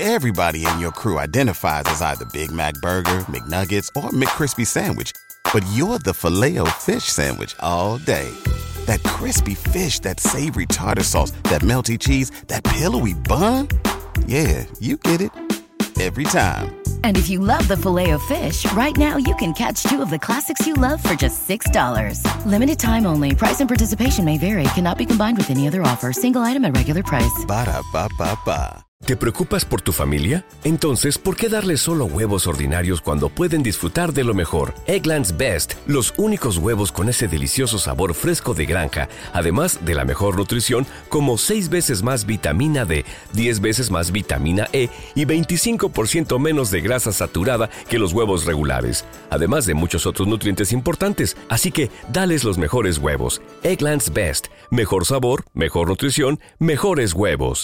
Everybody in your crew identifies as either Big Mac Burger, McNuggets, or McCrispy Sandwich. But you're the Filet-O-Fish Sandwich all day. That crispy fish, that savory tartar sauce, that melty cheese, that pillowy bun. Yeah, you get it. Every time. And if you love the Filet-O-Fish, right now you can catch two of the classics you love for just $6. Limited time only. Price and participation may vary. Cannot be combined with any other offer. Single item at regular price. Ba-da-ba-ba-ba. ¿Te preocupas por tu familia? Entonces, ¿por qué darles solo huevos ordinarios cuando pueden disfrutar de lo mejor? Eggland's Best, los únicos huevos con ese delicioso sabor fresco de granja, además de la mejor nutrición, como 6 veces más vitamina D, 10 veces más vitamina E y 25% menos de grasa saturada que los huevos regulares, además de muchos otros nutrientes importantes. Así que, dales los mejores huevos. Eggland's Best, mejor sabor, mejor nutrición, mejores huevos.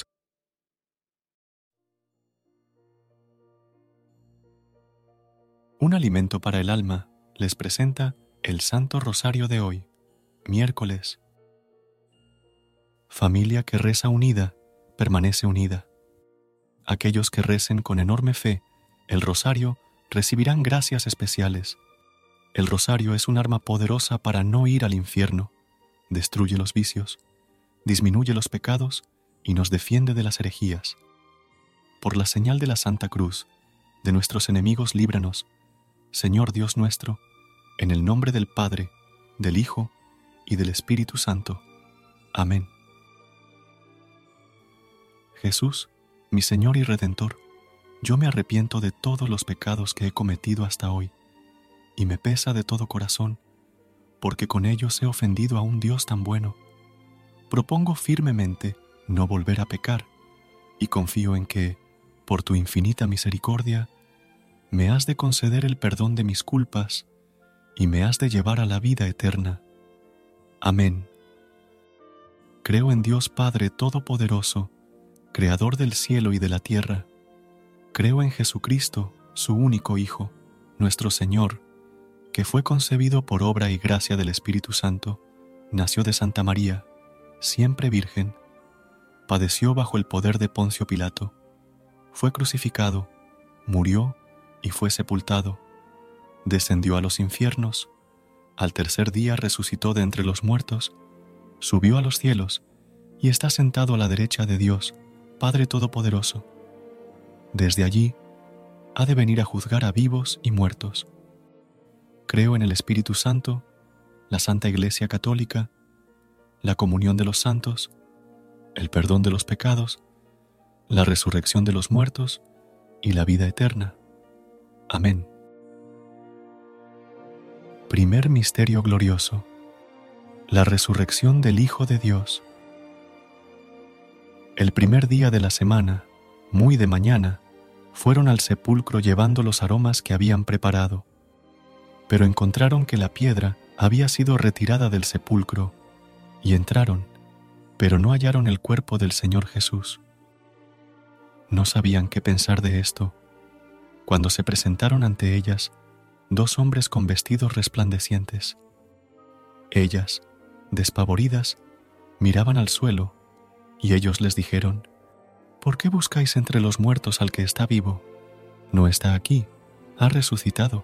Un alimento para el alma les presenta el Santo Rosario de hoy, miércoles. Familia que reza unida, permanece unida. Aquellos que recen con enorme fe el rosario recibirán gracias especiales. El rosario es un arma poderosa para no ir al infierno, destruye los vicios, disminuye los pecados y nos defiende de las herejías. Por la señal de la Santa Cruz, de nuestros enemigos líbranos, Señor Dios nuestro, en el nombre del Padre, del Hijo y del Espíritu Santo. Amén. Jesús, mi Señor y Redentor, yo me arrepiento de todos los pecados que he cometido hasta hoy, y me pesa de todo corazón, porque con ellos he ofendido a un Dios tan bueno. Propongo firmemente no volver a pecar, y confío en que, por tu infinita misericordia, me has de conceder el perdón de mis culpas y me has de llevar a la vida eterna. Amén. Creo en Dios Padre Todopoderoso, Creador del cielo y de la tierra. Creo en Jesucristo, su único Hijo, nuestro Señor, que fue concebido por obra y gracia del Espíritu Santo, nació de Santa María, siempre virgen, padeció bajo el poder de Poncio Pilato, fue crucificado, murió y fue sepultado, descendió a los infiernos, al tercer día resucitó de entre los muertos, subió a los cielos y está sentado a la derecha de Dios, Padre Todopoderoso. Desde allí ha de venir a juzgar a vivos y muertos. Creo en el Espíritu Santo, la Santa Iglesia Católica, la comunión de los santos, el perdón de los pecados, la resurrección de los muertos y la vida eterna. Amén. Primer misterio glorioso: la resurrección del Hijo de Dios. El primer día de la semana, muy de mañana, fueron al sepulcro llevando los aromas que habían preparado, pero encontraron que la piedra había sido retirada del sepulcro, y entraron, pero no hallaron el cuerpo del Señor Jesús. No sabían qué pensar de esto, cuando se presentaron ante ellas 2 hombres con vestidos resplandecientes. Ellas, despavoridas, miraban al suelo, y ellos les dijeron: ¿Por qué buscáis entre los muertos al que está vivo? No está aquí, ha resucitado.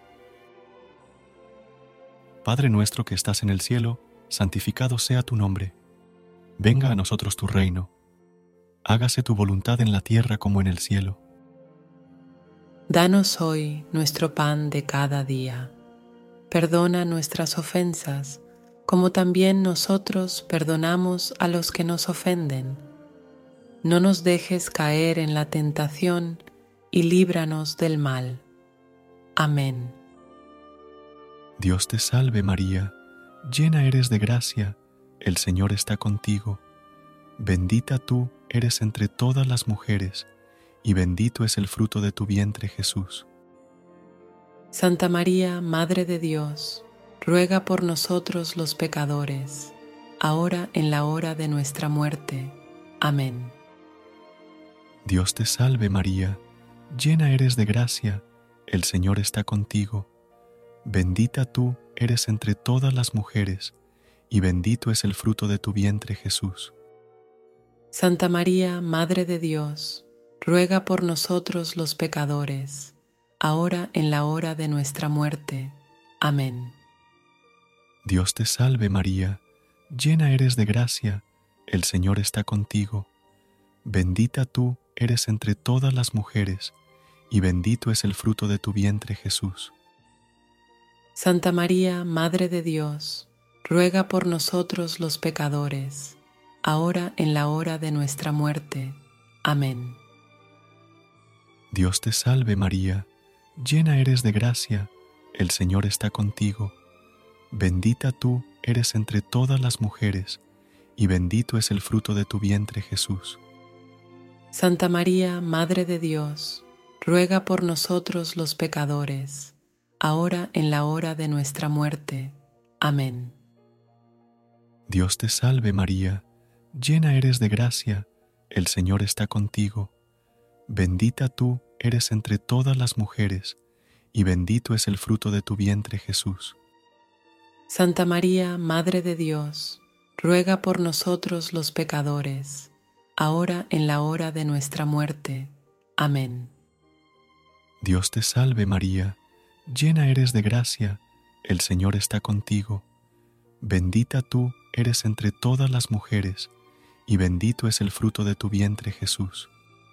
Padre nuestro que estás en el cielo, santificado sea tu nombre. Venga a nosotros tu reino. Hágase tu voluntad en la tierra como en el cielo. Danos hoy nuestro pan de cada día. Perdona nuestras ofensas, como también nosotros perdonamos a los que nos ofenden. No nos dejes caer en la tentación y líbranos del mal. Amén. Dios te salve María, llena eres de gracia, el Señor está contigo. Bendita tú eres entre todas las mujeres, y bendito es el fruto de tu vientre, Jesús. Santa María, Madre de Dios, ruega por nosotros los pecadores, ahora en la hora de nuestra muerte. Amén. Dios te salve María, llena eres de gracia, el Señor está contigo. Bendita tú eres entre todas las mujeres, y bendito es el fruto de tu vientre, Jesús. Santa María, Madre de Dios, ruega por nosotros los pecadores, ahora en la hora de nuestra muerte. Amén. Dios te salve María, llena eres de gracia, el Señor está contigo. Bendita tú eres entre todas las mujeres, y bendito es el fruto de tu vientre Jesús. Santa María, Madre de Dios, ruega por nosotros los pecadores, ahora en la hora de nuestra muerte. Amén. Dios te salve María, llena eres de gracia, el Señor está contigo. Bendita tú eres entre todas las mujeres, y bendito es el fruto de tu vientre Jesús. Santa María, Madre de Dios, ruega por nosotros los pecadores, ahora en la hora de nuestra muerte. Amén. Dios te salve María, llena eres de gracia, el Señor está contigo. Bendita tú eres entre todas las mujeres, y bendito es el fruto de tu vientre Jesús. Santa María, Madre de Dios, ruega por nosotros los pecadores, ahora en la hora de nuestra muerte. Amén. Dios te salve María, llena eres de gracia, el Señor está contigo. Bendita tú eres entre todas las mujeres, y bendito es el fruto de tu vientre Jesús.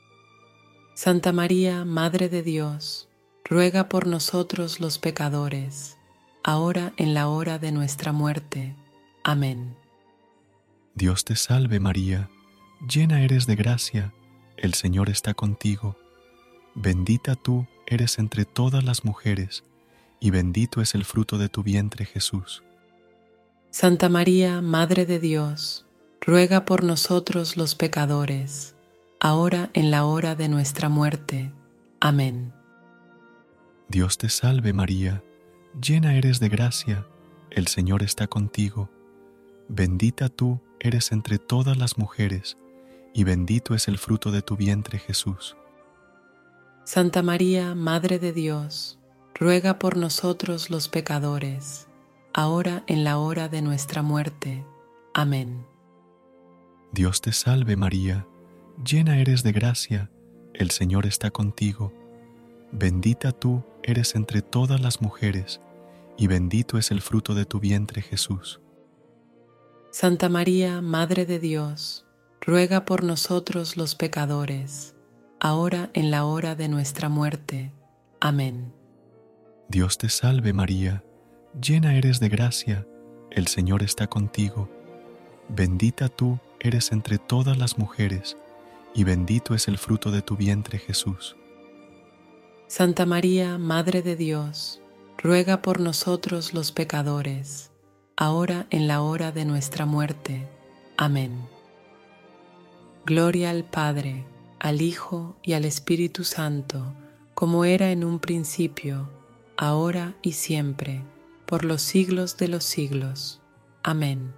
Santa María, Madre de Dios, ruega por nosotros los pecadores, ahora en la hora de nuestra muerte. Amén. Dios te salve María, llena eres de gracia, el Señor está contigo. Bendita tú eres entre todas las mujeres, y bendito es el fruto de tu vientre Jesús. Santa María, Madre de Dios, ruega por nosotros los pecadores, ahora en la hora de nuestra muerte. Amén. Dios te salve María, llena eres de gracia, el Señor está contigo. Bendita tú eres entre todas las mujeres, y bendito es el fruto de tu vientre Jesús. Santa María, Madre de Dios, ruega por nosotros los pecadores, ahora en la hora de nuestra muerte. Amén. Dios te salve María, llena eres de gracia, el Señor está contigo. Bendita tú eres entre todas las mujeres, y bendito es el fruto de tu vientre Jesús. Santa María, Madre de Dios, ruega por nosotros los pecadores, ahora en la hora de nuestra muerte. Amén. Dios te salve María, llena eres de gracia, el Señor está contigo. Bendita tú eres entre todas las mujeres, y bendito es el fruto de tu vientre Jesús. Santa María, Madre de Dios, ruega por nosotros los pecadores, ahora en la hora de nuestra muerte. Amén. Gloria al Padre, al Hijo y al Espíritu Santo, como era en un principio, ahora y siempre, por los siglos de los siglos. Amén.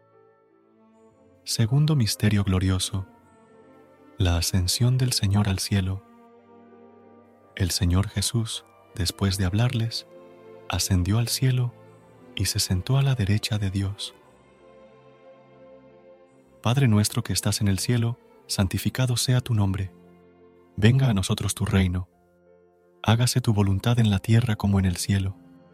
Segundo misterio glorioso: la ascensión del Señor al cielo. El Señor Jesús, después de hablarles, ascendió al cielo y se sentó a la derecha de Dios. Padre nuestro que estás en el cielo, santificado sea tu nombre. Venga a nosotros tu reino. Hágase tu voluntad en la tierra como en el cielo.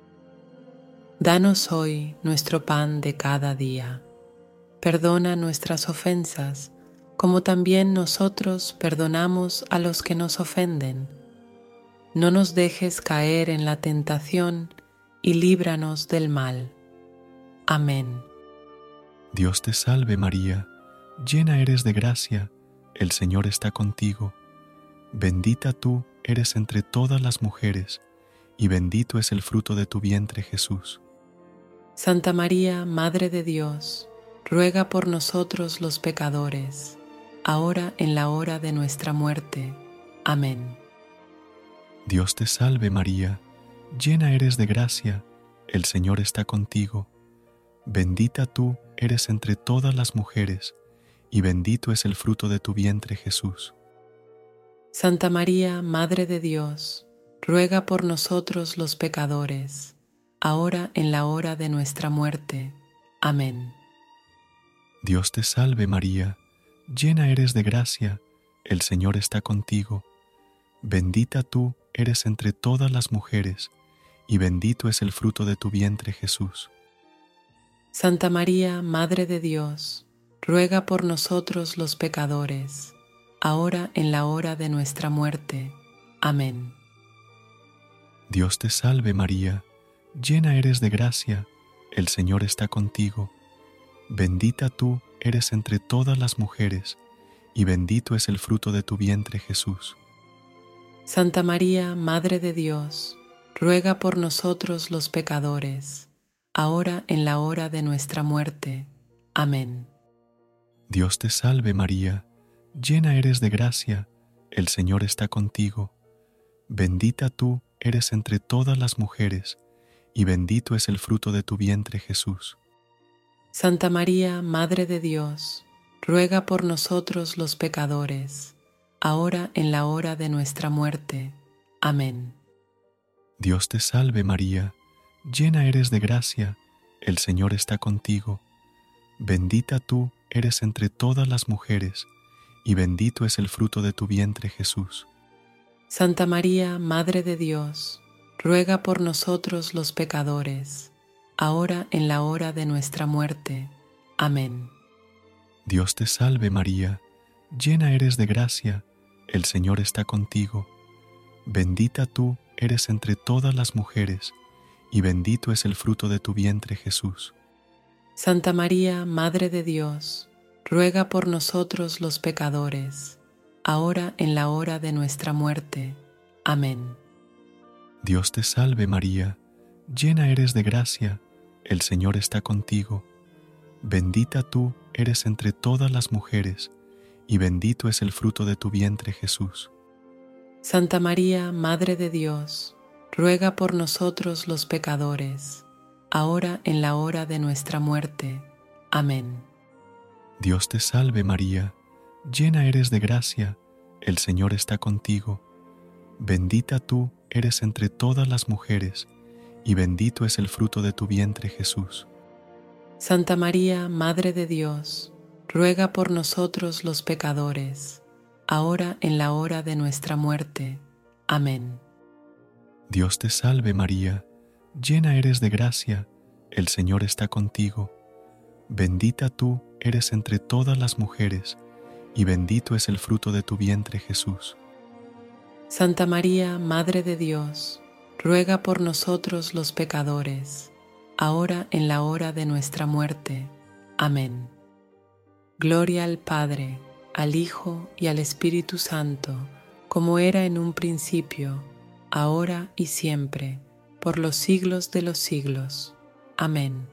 Danos hoy nuestro pan de cada día. Perdona nuestras ofensas, como también nosotros perdonamos a los que nos ofenden. No nos dejes caer en la tentación y líbranos del mal. Amén. Dios te salve María, llena eres de gracia, el Señor está contigo. Bendita tú eres entre todas las mujeres, y bendito es el fruto de tu vientre Jesús. Santa María, Madre de Dios, ruega por nosotros los pecadores, ahora en la hora de nuestra muerte. Amén. Dios te salve María, llena eres de gracia, el Señor está contigo. Bendita tú eres entre todas las mujeres, y bendito es el fruto de tu vientre Jesús. Santa María, Madre de Dios, ruega por nosotros los pecadores, ahora en la hora de nuestra muerte. Amén. Dios te salve María, llena eres de gracia, el Señor está contigo. Bendita tú eres entre todas las mujeres, y bendito es el fruto de tu vientre, Jesús. Santa María, Madre de Dios, ruega por nosotros los pecadores, ahora en la hora de nuestra muerte. Amén. Dios te salve, María, llena eres de gracia, el Señor está contigo. Bendita tú eres entre todas las mujeres, y bendito es el fruto de tu vientre, Jesús. Santa María, Madre de Dios, ruega por nosotros los pecadores, ahora en la hora de nuestra muerte. Amén. Dios te salve, María, llena eres de gracia, el Señor está contigo. Bendita tú eres entre todas las mujeres, y bendito es el fruto de tu vientre, Jesús. Santa María, Madre de Dios, ruega por nosotros los pecadores, ahora en la hora de nuestra muerte. Amén. Dios te salve, María, llena eres de gracia, el Señor está contigo. Bendita tú eres entre todas las mujeres, y bendito es el fruto de tu vientre, Jesús. Santa María, Madre de Dios, ruega por nosotros los pecadores, ahora en la hora de nuestra muerte. Amén. Dios te salve, María, llena eres de gracia, el Señor está contigo. Bendita tú eres entre todas las mujeres, y bendito es el fruto de tu vientre, Jesús. Santa María, Madre de Dios, ruega por nosotros los pecadores, ahora en la hora de nuestra muerte. Amén. Dios te salve, María, llena eres de gracia, el Señor está contigo. Bendita tú eres entre todas las mujeres, y bendito es el fruto de tu vientre, Jesús. Santa María, Madre de Dios, ruega por nosotros los pecadores, ahora en la hora de nuestra muerte. Amén. Dios te salve, María, llena eres de gracia, el Señor está contigo. Bendita tú eres entre todas las mujeres, y bendito es el fruto de tu vientre, Jesús. Santa María, Madre de Dios, ruega por nosotros los pecadores, ahora en la hora de nuestra muerte. Amén. Dios te salve, María, llena eres de gracia, el Señor está contigo. Bendita tú eres entre todas las mujeres, y bendito es el fruto de tu vientre, Jesús. Santa María, Madre de Dios, ruega por nosotros los pecadores, ahora en la hora de nuestra muerte. Amén. Gloria al Padre, al Hijo y al Espíritu Santo, como era en un principio, ahora y siempre, por los siglos de los siglos. Amén.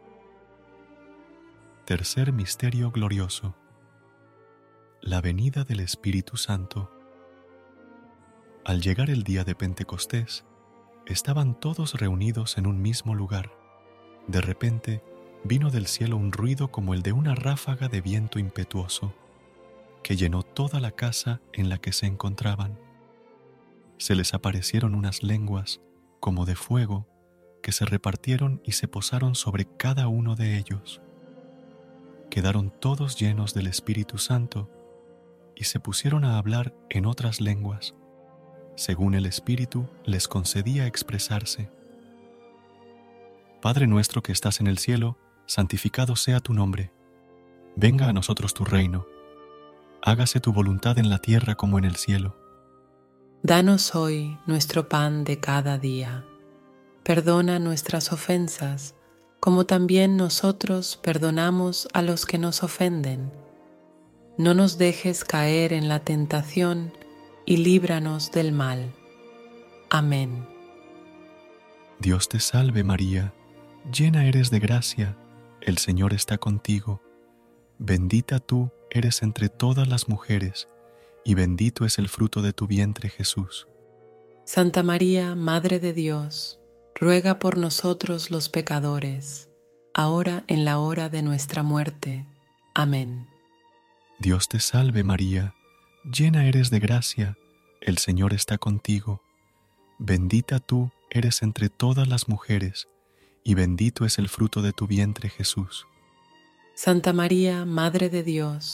Tercer misterio glorioso: la venida del Espíritu Santo. Al llegar el día de Pentecostés, estaban todos reunidos en un mismo lugar. De repente, vino del cielo un ruido como el de una ráfaga de viento impetuoso, que llenó toda la casa en la que se encontraban. Se les aparecieron unas lenguas, como de fuego, que se repartieron y se posaron sobre cada uno de ellos. Quedaron todos llenos del Espíritu Santo y se pusieron a hablar en otras lenguas, según el Espíritu les concedía expresarse. Padre nuestro que estás en el cielo, santificado sea tu nombre. Venga a nosotros tu reino. Hágase tu voluntad en la tierra como en el cielo. Danos hoy nuestro pan de cada día. Perdona nuestras ofensas, como también nosotros perdonamos a los que nos ofenden. No nos dejes caer en la tentación y líbranos del mal. Amén. Dios te salve, María, llena eres de gracia, el Señor está contigo. Bendita tú eres entre todas las mujeres, y bendito es el fruto de tu vientre, Jesús. Santa María, Madre de Dios, ruega por nosotros los pecadores, ahora en la hora de nuestra muerte. Amén. Dios te salve, María, llena eres de gracia, el Señor está contigo. Bendita tú eres entre todas las mujeres, y bendito es el fruto de tu vientre, Jesús. Santa María, Madre de Dios,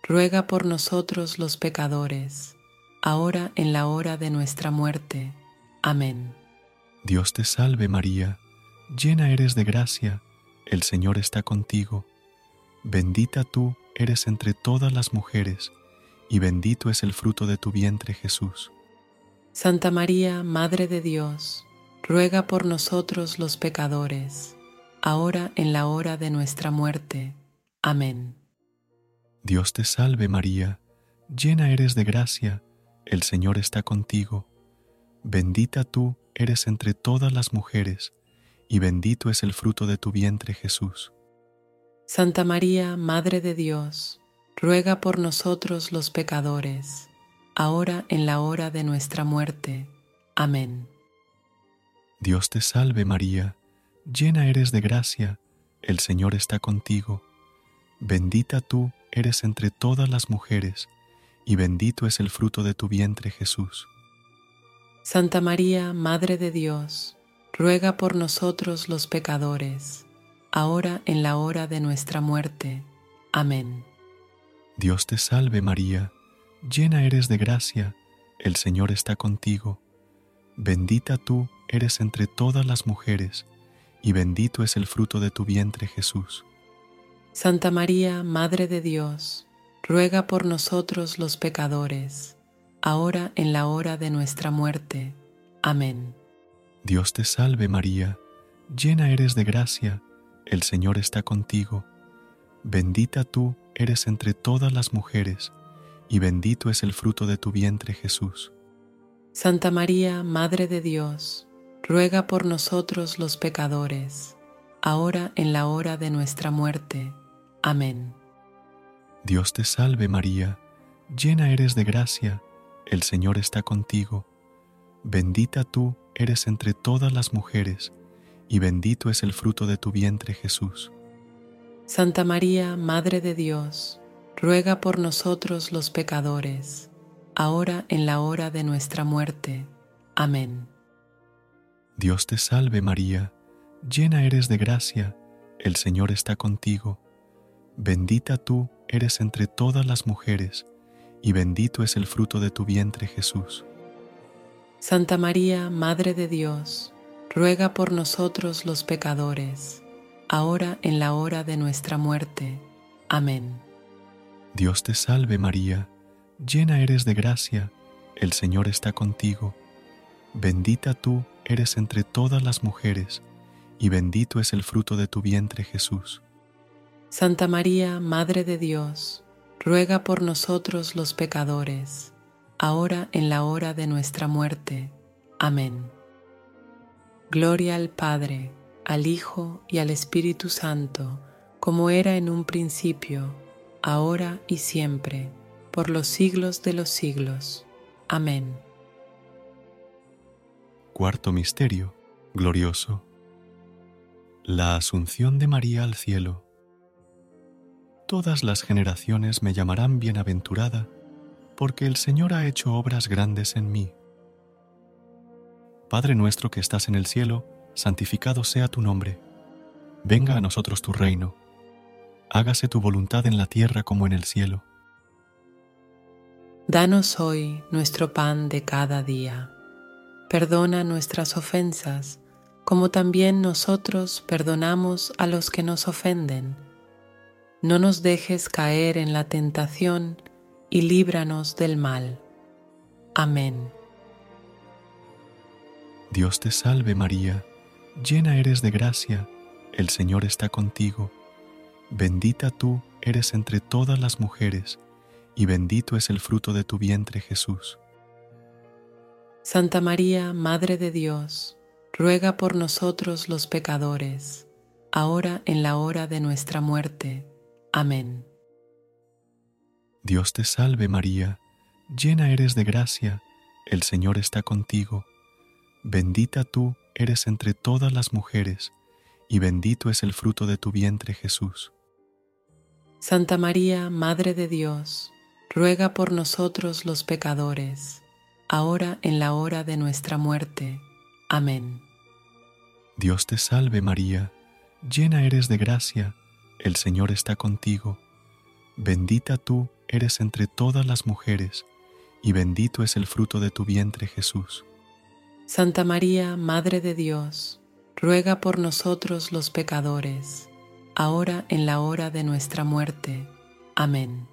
ruega por nosotros los pecadores, ahora en la hora de nuestra muerte. Amén. Dios te salve María, llena eres de gracia, el Señor está contigo. Bendita tú eres entre todas las mujeres, y bendito es el fruto de tu vientre Jesús. Santa María, Madre de Dios, ruega por nosotros los pecadores, ahora en la hora de nuestra muerte. Amén. Dios te salve María, llena eres de gracia, el Señor está contigo. Bendita tú eres entre todas las mujeres, y bendito es el fruto de tu vientre Jesús. Santa María, Madre de Dios, ruega por nosotros los pecadores, ahora en la hora de nuestra muerte. Amén. Dios te salve María, llena eres de gracia, el Señor está contigo. Bendita tú eres entre todas las mujeres, y bendito es el fruto de tu vientre Jesús. Santa María, Madre de Dios, ruega por nosotros los pecadores, ahora en la hora de nuestra muerte. Amén. Dios te salve María, llena eres de gracia, el Señor está contigo. Bendita tú eres entre todas las mujeres, y bendito es el fruto de tu vientre Jesús. Santa María, Madre de Dios, ruega por nosotros los pecadores, ahora en la hora de nuestra muerte. Amén. Dios te salve María, llena eres de gracia, el Señor está contigo. Bendita tú eres entre todas las mujeres, y bendito es el fruto de tu vientre Jesús. Santa María, Madre de Dios, ruega por nosotros los pecadores, ahora en la hora de nuestra muerte. Amén. Dios te salve María, llena eres de gracia, el Señor está contigo. Bendita tú eres entre todas las mujeres, y bendito es el fruto de tu vientre Jesús. Santa María, Madre de Dios, ruega por nosotros los pecadores, ahora en la hora de nuestra muerte. Amén. Dios te salve María, llena eres de gracia, el Señor está contigo. Bendita tú eres entre todas las mujeres, y bendito es el fruto de tu vientre Jesús. Santa María, Madre de Dios, ruega por nosotros los pecadores, ahora en la hora de nuestra muerte. Amén. Dios te salve María, llena eres de gracia, el Señor está contigo. Bendita tú eres entre todas las mujeres, y bendito es el fruto de tu vientre Jesús. Santa María, Madre de Dios, ruega por nosotros los pecadores, ahora en la hora de nuestra muerte. Amén. Gloria al Padre, al Hijo y al Espíritu Santo, como era en un principio, ahora y siempre, por los siglos de los siglos. Amén. Cuarto misterio glorioso: la Asunción de María al cielo. Todas las generaciones me llamarán bienaventurada, porque el Señor ha hecho obras grandes en mí. Padre nuestro que estás en el cielo, santificado sea tu nombre. Venga a nosotros tu reino. Hágase tu voluntad en la tierra como en el cielo. Danos hoy nuestro pan de cada día. Perdona nuestras ofensas, como también nosotros perdonamos a los que nos ofenden. No nos dejes caer en la tentación y líbranos del mal. Amén. Dios te salve María, llena eres de gracia, el Señor está contigo. Bendita tú eres entre todas las mujeres, y bendito es el fruto de tu vientre Jesús. Santa María, Madre de Dios, ruega por nosotros los pecadores, ahora en la hora de nuestra muerte. Amén. Dios te salve María, llena eres de gracia, el Señor está contigo. Bendita tú eres entre todas las mujeres, y bendito es el fruto de tu vientre Jesús. Santa María, Madre de Dios, ruega por nosotros los pecadores, ahora en la hora de nuestra muerte. Amén. Dios te salve María, llena eres de gracia, el Señor está contigo. Bendita tú eres entre todas las mujeres, y bendito es el fruto de tu vientre, Jesús. Santa María, Madre de Dios, ruega por nosotros los pecadores, ahora en la hora de nuestra muerte. Amén.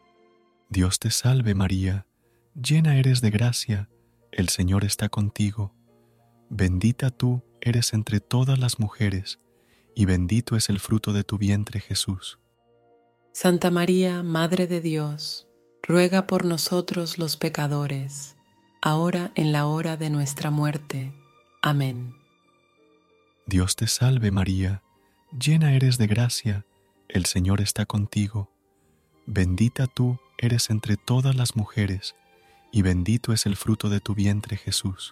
Dios te salve María, llena eres de gracia, el Señor está contigo. Bendita tú eres entre todas las mujeres, y bendito es el fruto de tu vientre, Jesús. Santa María, Madre de Dios, ruega por nosotros los pecadores, ahora en la hora de nuestra muerte. Amén. Dios te salve María, llena eres de gracia, el Señor está contigo. Bendita tú eres entre todas las mujeres, y bendito es el fruto de tu vientre, Jesús.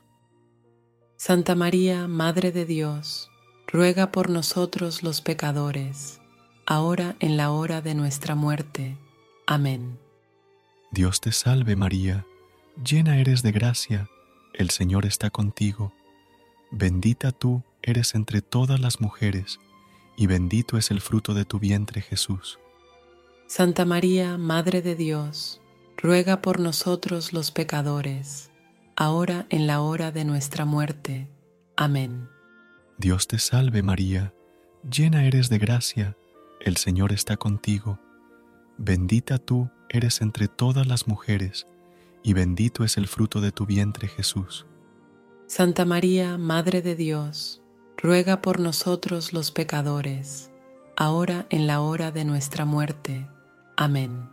Santa María, Madre de Dios, ruega por nosotros los pecadores, ahora en la hora de nuestra muerte. Amén. Dios te salve María, llena eres de gracia, el Señor está contigo. Bendita tú eres entre todas las mujeres, y bendito es el fruto de tu vientre, Jesús. Santa María, Madre de Dios, ruega por nosotros los pecadores, ahora en la hora de nuestra muerte. Amén. Dios te salve María, llena eres de gracia, el Señor está contigo. Bendita tú eres entre todas las mujeres, y bendito es el fruto de tu vientre, Jesús. Santa María, Madre de Dios, ruega por nosotros los pecadores, ahora en la hora de nuestra muerte. Amén.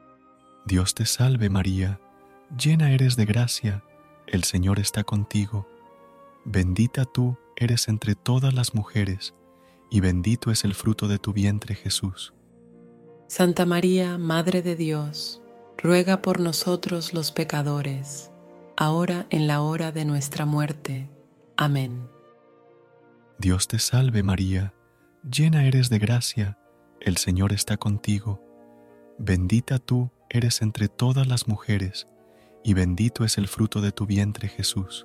Dios te salve María, llena eres de gracia, el Señor está contigo. Bendita tú eres entre todas las mujeres, y bendito es el fruto de tu vientre, Jesús. Santa María, Madre de Dios, ruega por nosotros los pecadores, ahora en la hora de nuestra muerte. Amén. Dios te salve María, llena eres de gracia, el Señor está contigo. Bendita tú eres entre todas las mujeres, y bendito es el fruto de tu vientre, Jesús.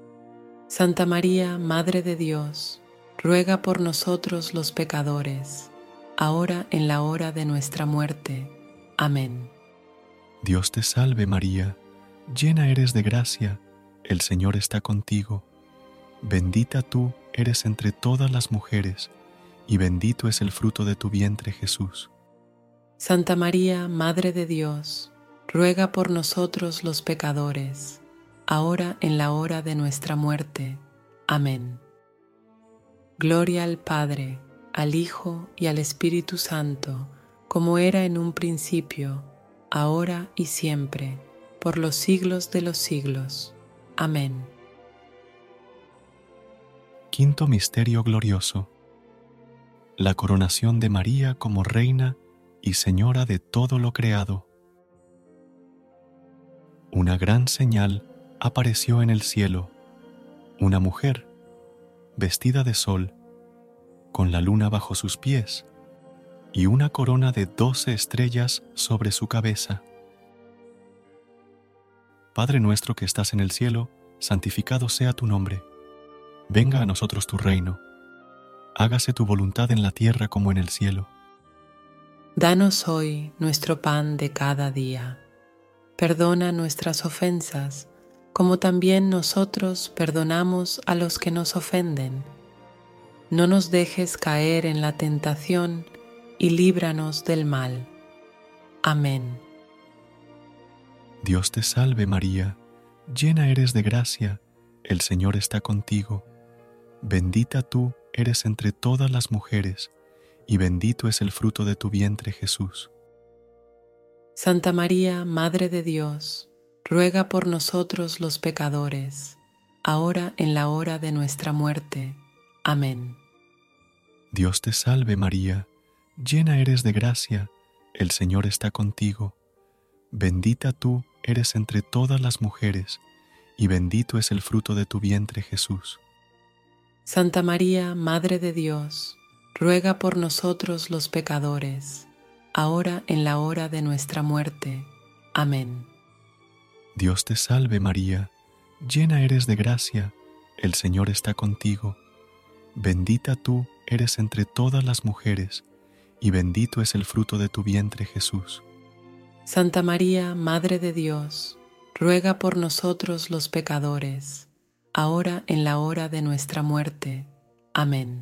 Santa María, Madre de Dios, ruega por nosotros los pecadores, ahora en la hora de nuestra muerte. Amén. Dios te salve María, llena eres de gracia, el Señor está contigo. Bendita tú eres entre todas las mujeres, y bendito es el fruto de tu vientre, Jesús. Santa María, Madre de Dios, ruega por nosotros los pecadores, ahora en la hora de nuestra muerte. Amén. Gloria al Padre, al Hijo y al Espíritu Santo, como era en un principio, ahora y siempre, por los siglos de los siglos. Amén. Quinto misterio glorioso: la coronación de María como Reina y Señora de todo lo creado. Una gran señal apareció en el cielo: una mujer, vestida de sol, con la luna bajo sus pies, y una corona de 12 estrellas sobre su cabeza. Padre nuestro que estás en el cielo, santificado sea tu nombre. Venga a nosotros tu reino. Hágase tu voluntad en la tierra como en el cielo. Danos hoy nuestro pan de cada día. Perdona nuestras ofensas, como también nosotros perdonamos a los que nos ofenden. No nos dejes caer en la tentación y líbranos del mal. Amén. Dios te salve María, llena eres de gracia, el Señor está contigo. Bendita tú eres entre todas las mujeres, y bendito es el fruto de tu vientre, Jesús. Santa María, Madre de Dios, ruega por nosotros los pecadores, ahora en la hora de nuestra muerte. Amén. Dios te salve María, llena eres de gracia, el Señor está contigo. Bendita tú eres entre todas las mujeres, y bendito es el fruto de tu vientre, Jesús. Santa María, Madre de Dios, ruega por nosotros los pecadores, ahora en la hora de nuestra muerte. Amén. Dios te salve María, llena eres de gracia, el Señor está contigo. Bendita tú eres entre todas las mujeres, y bendito es el fruto de tu vientre, Jesús. Santa María, Madre de Dios, ruega por nosotros los pecadores, ahora en la hora de nuestra muerte. Amén.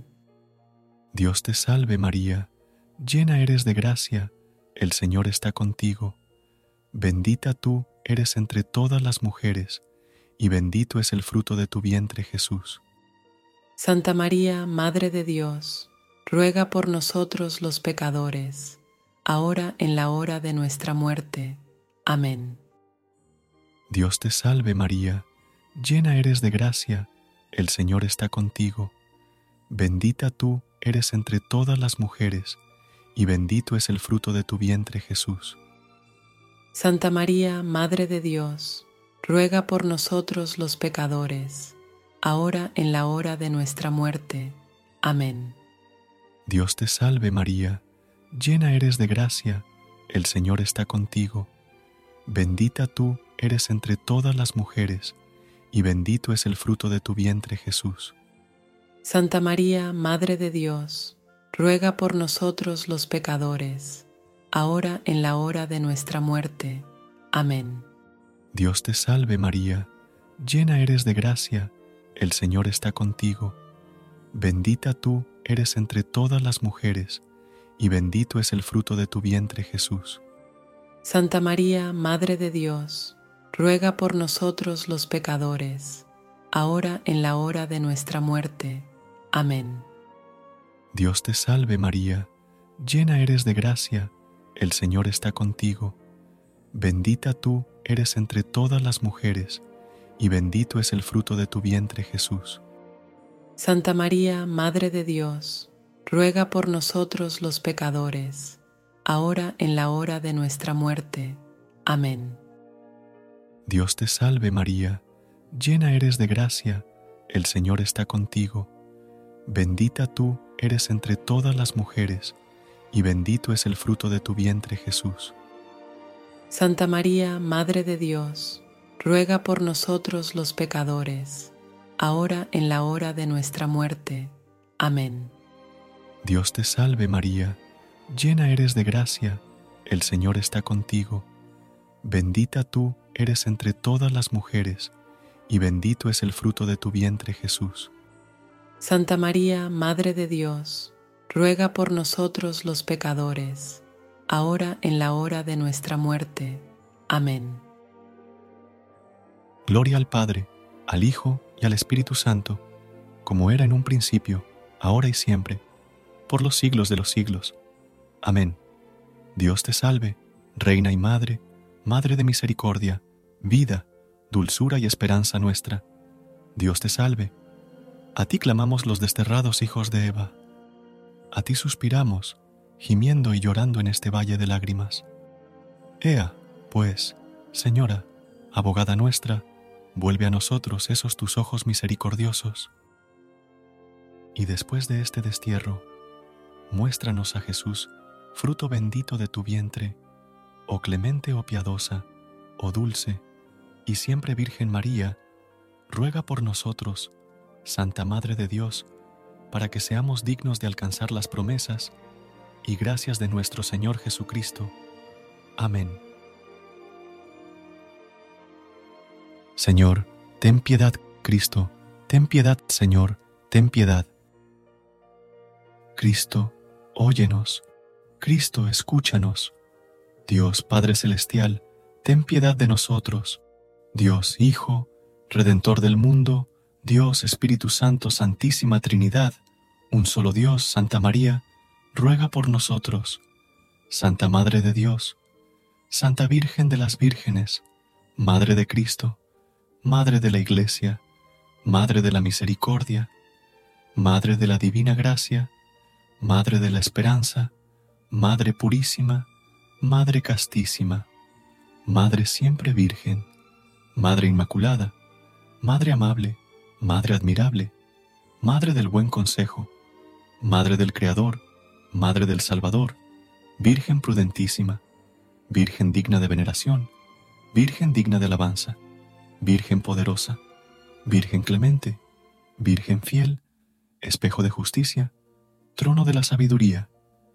Dios te salve María, llena eres de gracia, el Señor está contigo. Bendita tú eres entre todas las mujeres, y bendito es el fruto de tu vientre, Jesús. Santa María, Madre de Dios, ruega por nosotros los pecadores, ahora en la hora de nuestra muerte. Amén. Dios te salve María, llena eres de gracia, el Señor está contigo. Bendita tú eres entre todas las mujeres, y bendito es el fruto de tu vientre, Jesús. Santa María, Madre de Dios, ruega por nosotros los pecadores, ahora en la hora de nuestra muerte. Amén. Dios te salve María, llena eres de gracia, el Señor está contigo. Bendita tú eres entre todas las mujeres, y bendito es el fruto de tu vientre, Jesús. Santa María, Madre de Dios, ruega por nosotros los pecadores, ahora en la hora de nuestra muerte. Amén. Dios te salve María, llena eres de gracia, el Señor está contigo. Bendita tú eres entre todas las mujeres, y bendito es el fruto de tu vientre, Jesús. Santa María, Madre de Dios, ruega por nosotros los pecadores, ahora en la hora de nuestra muerte. Amén. Dios te salve María, llena eres de gracia, el Señor está contigo. Bendita tú eres entre todas las mujeres, y bendito es el fruto de tu vientre, Jesús. Santa María, Madre de Dios, ruega por nosotros los pecadores, ahora en la hora de nuestra muerte. Amén. Dios te salve María, llena eres de gracia, el Señor está contigo. Bendita tú eres entre todas las mujeres, y bendito es el fruto de tu vientre, Jesús. Santa María, Madre de Dios, ruega por nosotros los pecadores, ahora en la hora de nuestra muerte. Amén. Dios te salve María, llena eres de gracia, el Señor está contigo. Bendita tú eres entre todas las mujeres, y bendito es el fruto de tu vientre, Jesús. Santa María, Madre de Dios, ruega por nosotros los pecadores, ahora en la hora de nuestra muerte. Amén. Gloria al Padre, al Hijo y al Espíritu Santo, como era en un principio, ahora y siempre, por los siglos de los siglos. Amén. Dios te salve, Reina y Madre, Madre de misericordia, vida, dulzura y esperanza nuestra. Dios te salve. A ti clamamos los desterrados hijos de Eva. A ti suspiramos, gimiendo y llorando en este valle de lágrimas. Ea, pues, Señora, abogada nuestra, vuelve a nosotros esos tus ojos misericordiosos. Y después de este destierro, muéstranos a Jesús, fruto bendito de tu vientre, oh clemente o piadosa, oh dulce, y siempre Virgen María, ruega por nosotros, Santa Madre de Dios, para que seamos dignos de alcanzar las promesas y gracias de nuestro Señor Jesucristo. Amén. Señor, ten piedad, Cristo, ten piedad, Señor, ten piedad. Cristo, óyenos. Cristo, escúchanos. Dios Padre Celestial, ten piedad de nosotros. Dios Hijo, Redentor del mundo, Dios Espíritu Santo, Santísima Trinidad, un solo Dios, Santa María, ruega por nosotros. Santa Madre de Dios, Santa Virgen de las Vírgenes, Madre de Cristo, Madre de la Iglesia, Madre de la Misericordia, Madre de la Divina Gracia, Madre de la Esperanza, Madre Purísima, Madre Castísima, Madre Siempre Virgen, Madre Inmaculada, Madre Amable, Madre Admirable, Madre del Buen Consejo, Madre del Creador, Madre del Salvador, Virgen Prudentísima, Virgen digna de veneración, Virgen digna de alabanza, Virgen poderosa, Virgen clemente, Virgen fiel, espejo de justicia, trono de la sabiduría,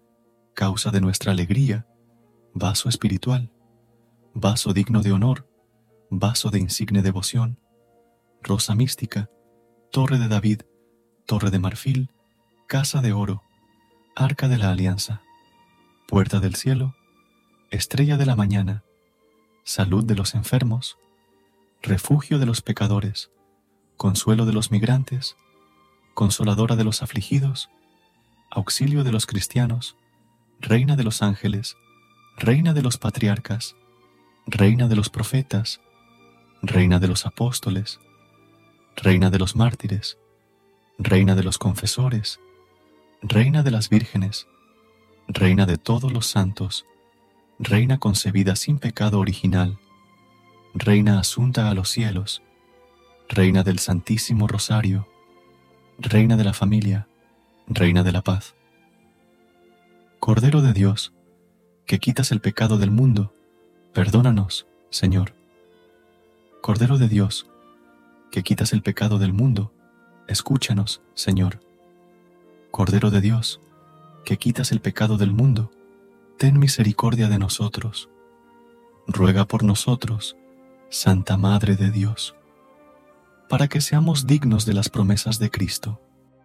causa de nuestra alegría, vaso espiritual, vaso digno de honor, vaso de insigne devoción, rosa mística, torre de David, torre de marfil, casa de oro, arca de la alianza, puerta del cielo, estrella de la mañana, salud de los enfermos, refugio de los pecadores, consuelo de los migrantes, consoladora de los afligidos, auxilio de los cristianos, reina de los ángeles, reina de los patriarcas, reina de los profetas, reina de los apóstoles, reina de los mártires, reina de los confesores, reina de las vírgenes, reina de todos los santos, reina concebida sin pecado original, reina asunta a los cielos, reina del Santísimo Rosario, reina de la familia, reina de la paz. Cordero de Dios, que quitas el pecado del mundo, perdónanos, Señor. Cordero de Dios, que quitas el pecado del mundo, escúchanos, Señor. Cordero de Dios, que quitas el pecado del mundo, ten misericordia de nosotros. Ruega por nosotros, Santa Madre de Dios, para que seamos dignos de las promesas de Cristo.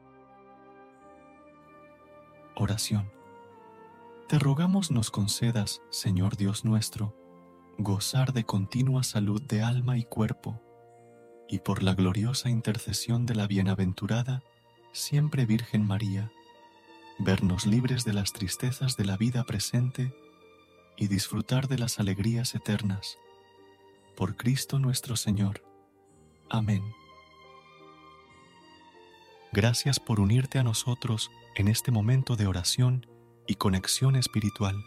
Oración. Te rogamos nos concedas, Señor Dios nuestro, gozar de continua salud de alma y cuerpo, y por la gloriosa intercesión de la bienaventurada, siempre Virgen María, vernos libres de las tristezas de la vida presente y disfrutar de las alegrías eternas. Por Cristo nuestro Señor. Amén. Gracias por unirte a nosotros en este momento de oración y conexión espiritual.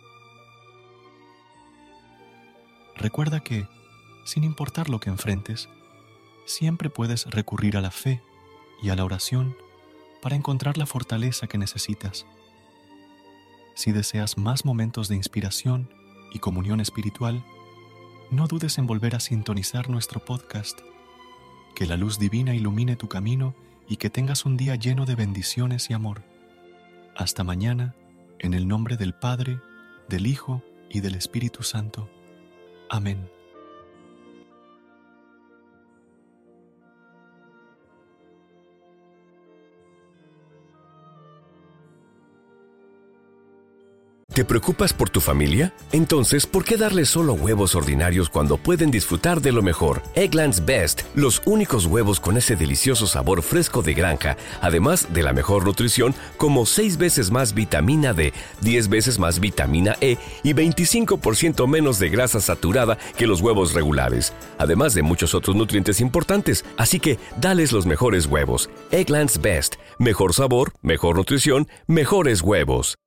Recuerda que, sin importar lo que enfrentes, siempre puedes recurrir a la fe y a la oración para encontrar la fortaleza que necesitas. Si deseas más momentos de inspiración y comunión espiritual, no dudes en volver a sintonizar nuestro podcast. Que la luz divina ilumine tu camino y que tengas un día lleno de bendiciones y amor. Hasta mañana, en el nombre del Padre, del Hijo y del Espíritu Santo. Amén. ¿Te preocupas por tu familia? Entonces, ¿por qué darles solo huevos ordinarios cuando pueden disfrutar de lo mejor? Eggland's Best, los únicos huevos con ese delicioso sabor fresco de granja, además de la mejor nutrición, como 6 veces más vitamina D, 10 veces más vitamina E y 25% menos de grasa saturada que los huevos regulares, además de muchos otros nutrientes importantes. Así que, dales los mejores huevos. Eggland's Best, mejor sabor, mejor nutrición, mejores huevos.